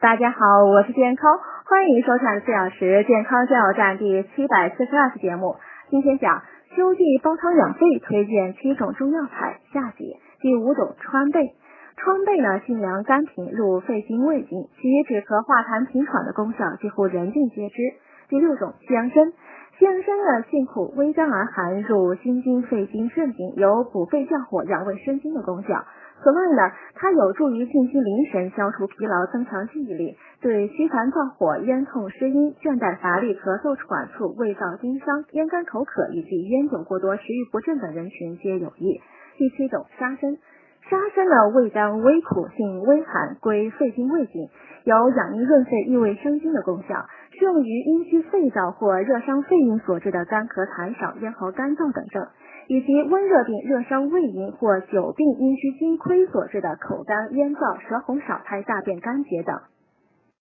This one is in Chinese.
大家好，我是健康，欢迎收看4小时健康加油站第742期节目。今天讲秋季煲汤养肺，推荐7种中药材，下节。第5种川贝。川贝呢，性凉甘平，入肺经胃经，其止咳化痰平喘的功效几乎人尽皆知。第6种西洋参。西洋参呢，性苦，微甘而寒，入心经、肺经、肾经，有补肺降火、养胃生津的功效。此外呢，它有助于静心凝神，消除疲劳，增强记忆力，对虚烦躁火、咽痛失音、倦怠乏力、咳嗽喘促、胃燥经伤、咽干口渴以及烟酒过多、食欲不振等人群皆有益。第7种沙参。沙参呢，味甘微苦，性微寒，归肺经胃经，有养阴润肺、益胃生津的功效，适用于阴虚肺燥或热伤肺阴所致的干咳痰少、咽喉干燥等症，以及温热病、热伤胃阴或久病阴虚津亏所致的口干、咽燥、舌红少苔、大便干结等。